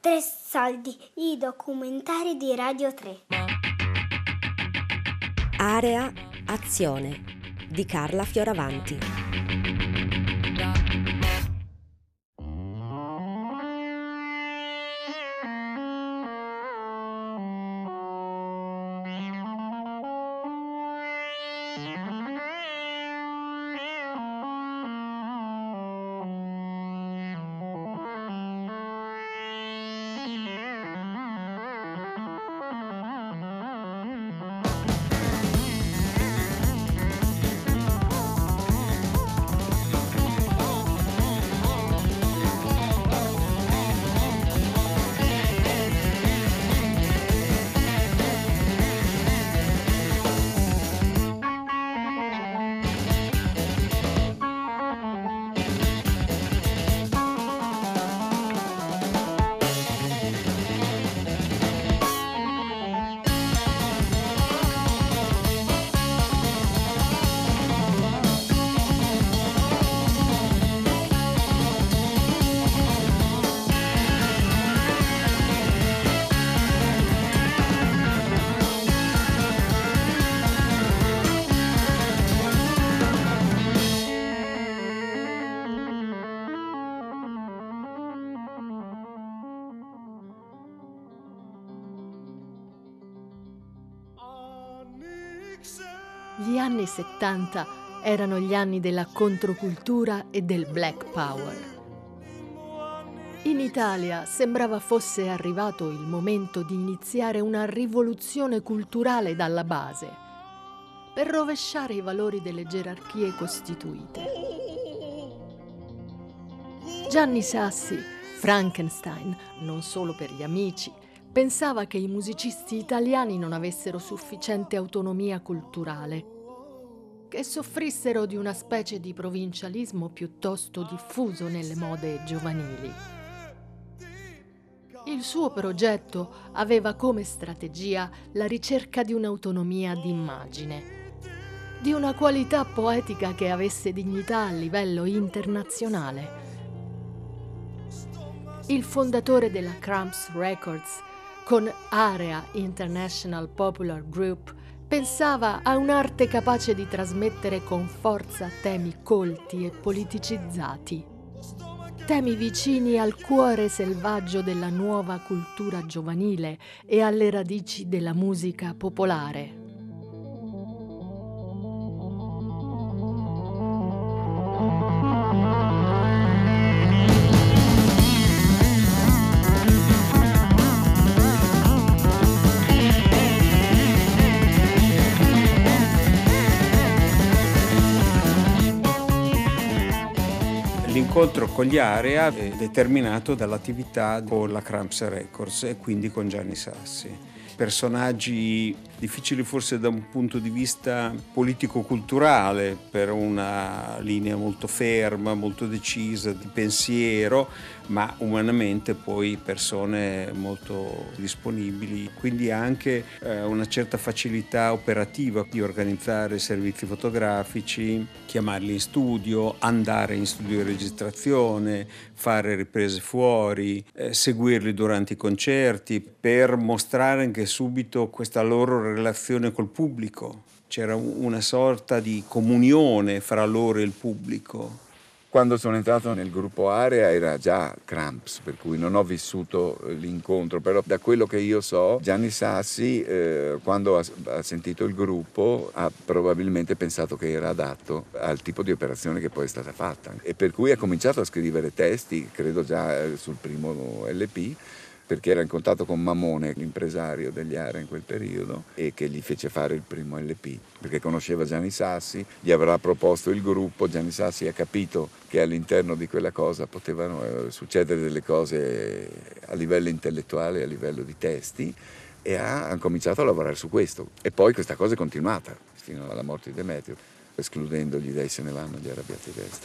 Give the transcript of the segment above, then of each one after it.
Tre soldi, i documentari di Radio 3. Area Azione di Carla Fioravanti. Gli anni 70 erano gli anni della controcultura e del Black Power. In Italia sembrava fosse arrivato il momento di iniziare una rivoluzione culturale dalla base, per rovesciare i valori delle gerarchie costituite. Gianni Sassi, Frankenstein, non solo per gli amici, pensava che i musicisti italiani non avessero sufficiente autonomia culturale, che soffrissero di una specie di provincialismo piuttosto diffuso nelle mode giovanili. Il suo progetto aveva come strategia la ricerca di un'autonomia d'immagine, di una qualità poetica che avesse dignità a livello internazionale. Il fondatore della Cramps Records, con Area International Popular Group, pensava a un'arte capace di trasmettere con forza temi colti e politicizzati, temi vicini al cuore selvaggio della nuova cultura giovanile e alle radici della musica popolare. L'incontro con gli Area è determinato dall'attività con la Cramps Records e quindi con Gianni Sassi. Personaggi difficili forse da un punto di vista politico-culturale, per una linea molto ferma, molto decisa di pensiero, ma umanamente poi persone molto disponibili, quindi anche una certa facilità operativa di organizzare servizi fotografici, chiamarli in studio, andare in studio di registrazione, fare riprese fuori, seguirli durante i concerti, per mostrare anche subito questa loro relazione col pubblico. C'era una sorta di comunione fra loro e il pubblico. Quando sono entrato nel gruppo Area era già Cramps, per cui non ho vissuto l'incontro, però da quello che io so, Gianni Sassi, quando ha sentito il gruppo, ha probabilmente pensato che era adatto al tipo di operazione che poi è stata fatta, e per cui ha cominciato a scrivere testi, credo già sul primo LP, perché era in contatto con Mamone, l'impresario degli Area in quel periodo, e che gli fece fare il primo LP, perché conosceva Gianni Sassi, gli avrà proposto il gruppo, Gianni Sassi ha capito che all'interno di quella cosa potevano succedere delle cose a livello intellettuale, a livello di testi, e ha cominciato a lavorare su questo. E poi questa cosa è continuata fino alla morte di Demetrio, escludendo Gli dei se ne vanno, gli arrabbiati resta.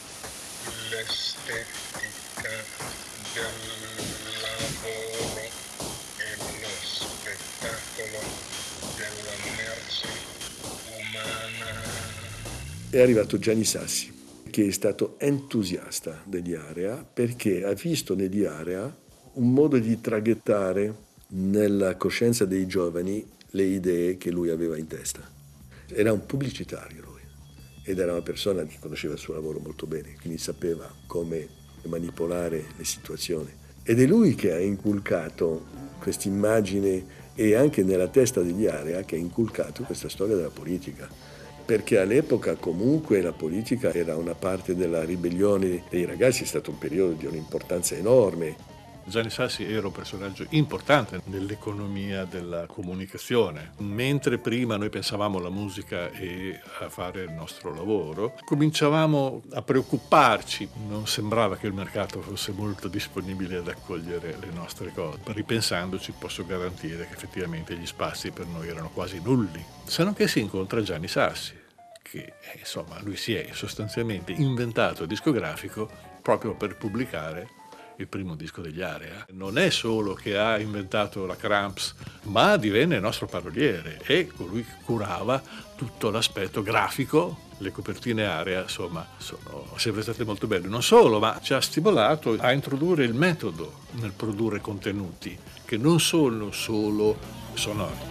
L'estetica del lavoro e lo spettacolo della merce umana. È arrivato Gianni Sassi, che è stato entusiasta degli Area perché ha visto negli Area un modo di traghettare nella coscienza dei giovani le idee che lui aveva in testa. Era un pubblicitario lui ed era una persona che conosceva il suo lavoro molto bene, quindi sapeva come manipolare le situazioni. Ed è lui che ha inculcato questa immagine, e anche nella testa degli Area che ha inculcato questa storia della politica. Perché all'epoca comunque la politica era una parte della ribellione dei ragazzi, è stato un periodo di un'importanza enorme. Gianni Sassi era un personaggio importante nell'economia della comunicazione. Mentre prima noi pensavamo alla musica e a fare il nostro lavoro, cominciavamo a preoccuparci. Non sembrava che il mercato fosse molto disponibile ad accogliere le nostre cose. Ripensandoci posso garantire che effettivamente gli spazi per noi erano quasi nulli. Se non che si incontra Gianni Sassi, che insomma lui si è sostanzialmente inventato il discografico proprio per pubblicare il primo disco degli Area. Non è solo che ha inventato la Cramps, ma divenne il nostro paroliere e colui che curava tutto l'aspetto grafico. Le copertine Area, insomma, sono sempre state molto belle. Non solo, ma ci ha stimolato a introdurre il metodo nel produrre contenuti che non sono solo sonori.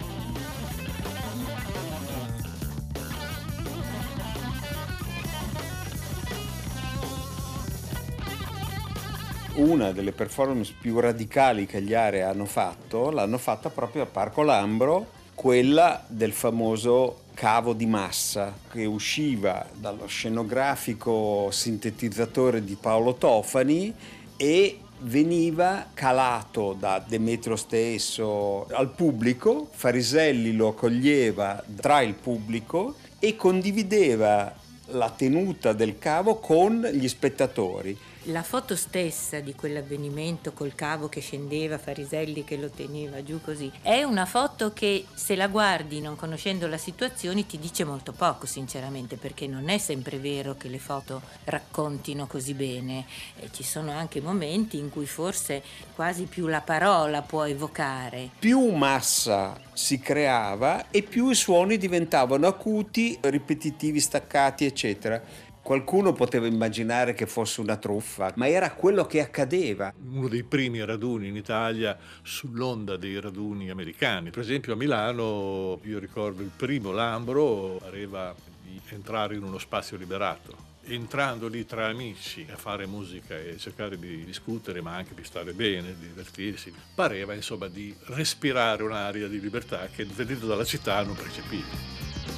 Una delle performance più radicali che gli Area hanno fatto, l'hanno fatta proprio al Parco Lambro, quella del famoso cavo di massa che usciva dallo scenografico sintetizzatore di Paolo Tofani e veniva calato da Demetrio stesso al pubblico. Fariselli lo accoglieva tra il pubblico e condivideva la tenuta del cavo con gli spettatori. La foto stessa di quell'avvenimento col cavo che scendeva, Fariselli che lo teneva giù così, è una foto che se la guardi non conoscendo la situazione ti dice molto poco sinceramente, perché non è sempre vero che le foto raccontino così bene. Ci sono anche momenti in cui forse quasi più la parola può evocare. Più massa si creava e più i suoni diventavano acuti, ripetitivi, staccati, eccetera. Qualcuno poteva immaginare che fosse una truffa, ma era quello che accadeva. Uno dei primi raduni in Italia sull'onda dei raduni americani. Per esempio a Milano, io ricordo il primo Lambro, pareva di entrare in uno spazio liberato. Entrando lì tra amici a fare musica e cercare di discutere, ma anche di stare bene, di divertirsi, pareva insomma di respirare un'aria di libertà che venendo dalla città non percepivi.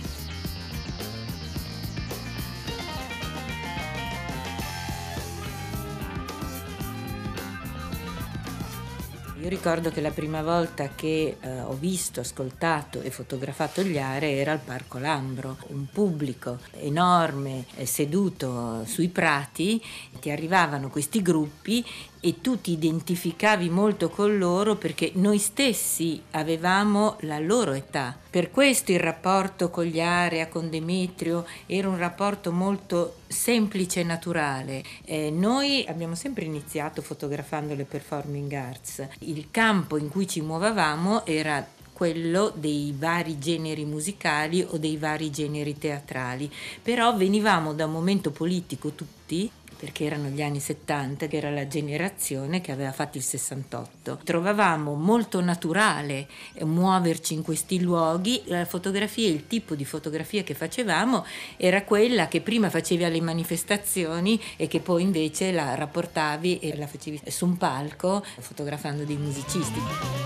Io ricordo che la prima volta che ho visto, ascoltato e fotografato gli Area era al Parco Lambro, un pubblico enorme seduto sui prati, ti arrivavano questi gruppi e tu ti identificavi molto con loro perché noi stessi avevamo la loro età. Per questo il rapporto con gli Area, con Demetrio, era un rapporto molto semplice e naturale. Noi abbiamo sempre iniziato fotografando le performing arts. Il campo in cui ci muovevamo era quello dei vari generi musicali o dei vari generi teatrali, però venivamo da un momento politico tutti, perché erano gli anni 70, che era la generazione che aveva fatto il 68. Trovavamo molto naturale muoverci in questi luoghi. La fotografia, il tipo di fotografia che facevamo era quella che prima facevi alle manifestazioni e che poi invece la rapportavi e la facevi su un palco fotografando dei musicisti.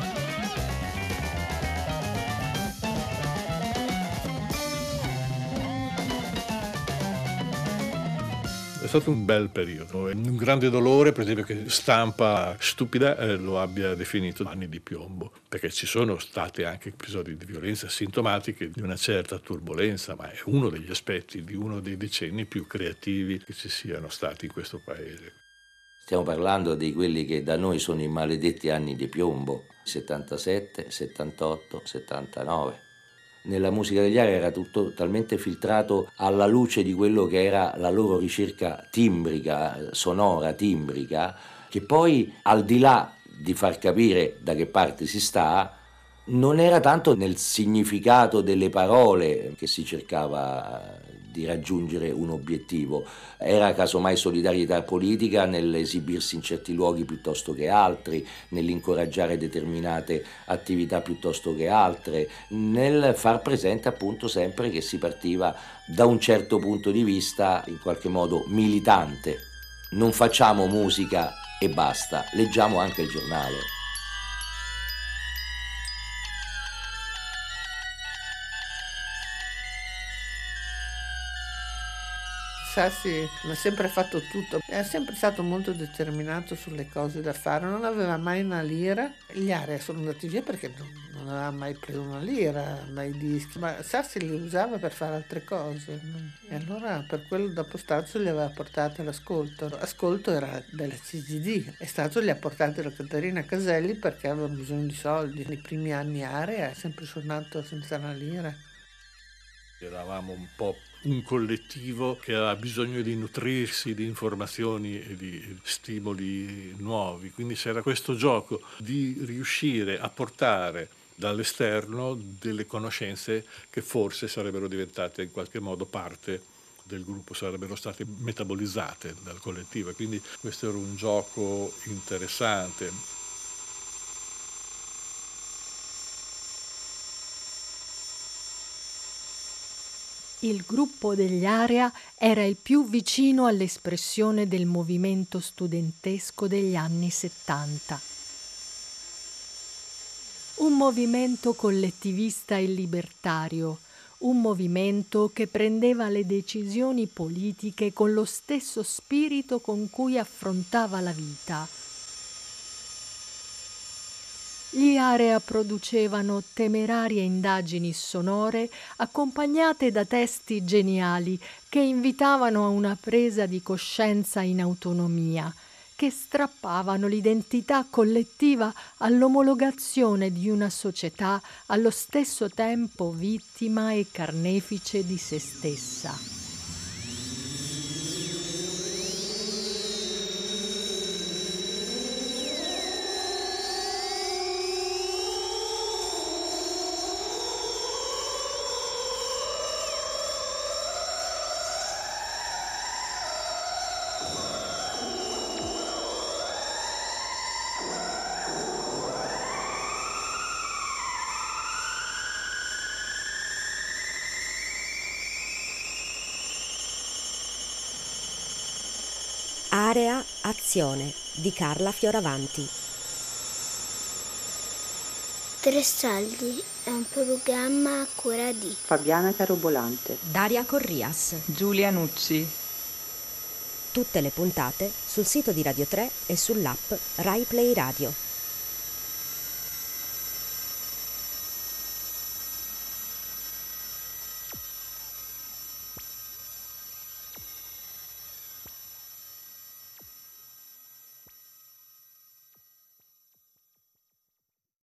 È stato un bel periodo, un grande dolore per esempio che Stampa stupida lo abbia definito anni di piombo, perché ci sono stati anche episodi di violenza sintomatiche di una certa turbolenza, ma è uno degli aspetti di uno dei decenni più creativi che ci siano stati in questo paese. Stiamo parlando di quelli che da noi sono i maledetti anni di piombo, 77, 78, 79. Nella musica degli Area era tutto talmente filtrato alla luce di quello che era la loro ricerca timbrica, sonora, timbrica, che poi al di là di far capire da che parte si sta, non era tanto nel significato delle parole che si cercava di raggiungere un obiettivo. Era casomai solidarietà politica nell'esibirsi in certi luoghi piuttosto che altri, nell'incoraggiare determinate attività piuttosto che altre, nel far presente appunto sempre che si partiva da un certo punto di vista in qualche modo militante. Non facciamo musica e basta, leggiamo anche il giornale. Sassi ha sempre fatto tutto, è sempre stato molto determinato sulle cose da fare, non aveva mai una lira. Gli Area sono andati via perché non aveva mai preso una lira, mai dischi, ma Sassi li usava per fare altre cose. E allora per quello dopo Stazio li aveva portati all'ascolto. Ascolto era della CGD e Stazio li ha portati alla Caterina Caselli perché aveva bisogno di soldi. Nei primi anni Area ha sempre suonato senza una lira. Eravamo un po' un collettivo che aveva bisogno di nutrirsi di informazioni e di stimoli nuovi, quindi c'era questo gioco di riuscire a portare dall'esterno delle conoscenze che forse sarebbero diventate in qualche modo parte del gruppo, sarebbero state metabolizzate dal collettivo, e quindi questo era un gioco interessante. Il gruppo degli Area era il più vicino all'espressione del movimento studentesco degli anni 70. Un movimento collettivista e libertario, un movimento che prendeva le decisioni politiche con lo stesso spirito con cui affrontava la vita. Gli Area producevano temerarie indagini sonore accompagnate da testi geniali che invitavano a una presa di coscienza in autonomia, che strappavano l'identità collettiva all'omologazione di una società allo stesso tempo vittima e carnefice di se stessa. Area Azione di Carla Fioravanti. Tre Soldi è un programma a cura di Fabiana Carobolante, Daria Corrias, Giulia Nucci. Tutte le puntate sul sito di Radio 3 e sull'app Rai Play Radio.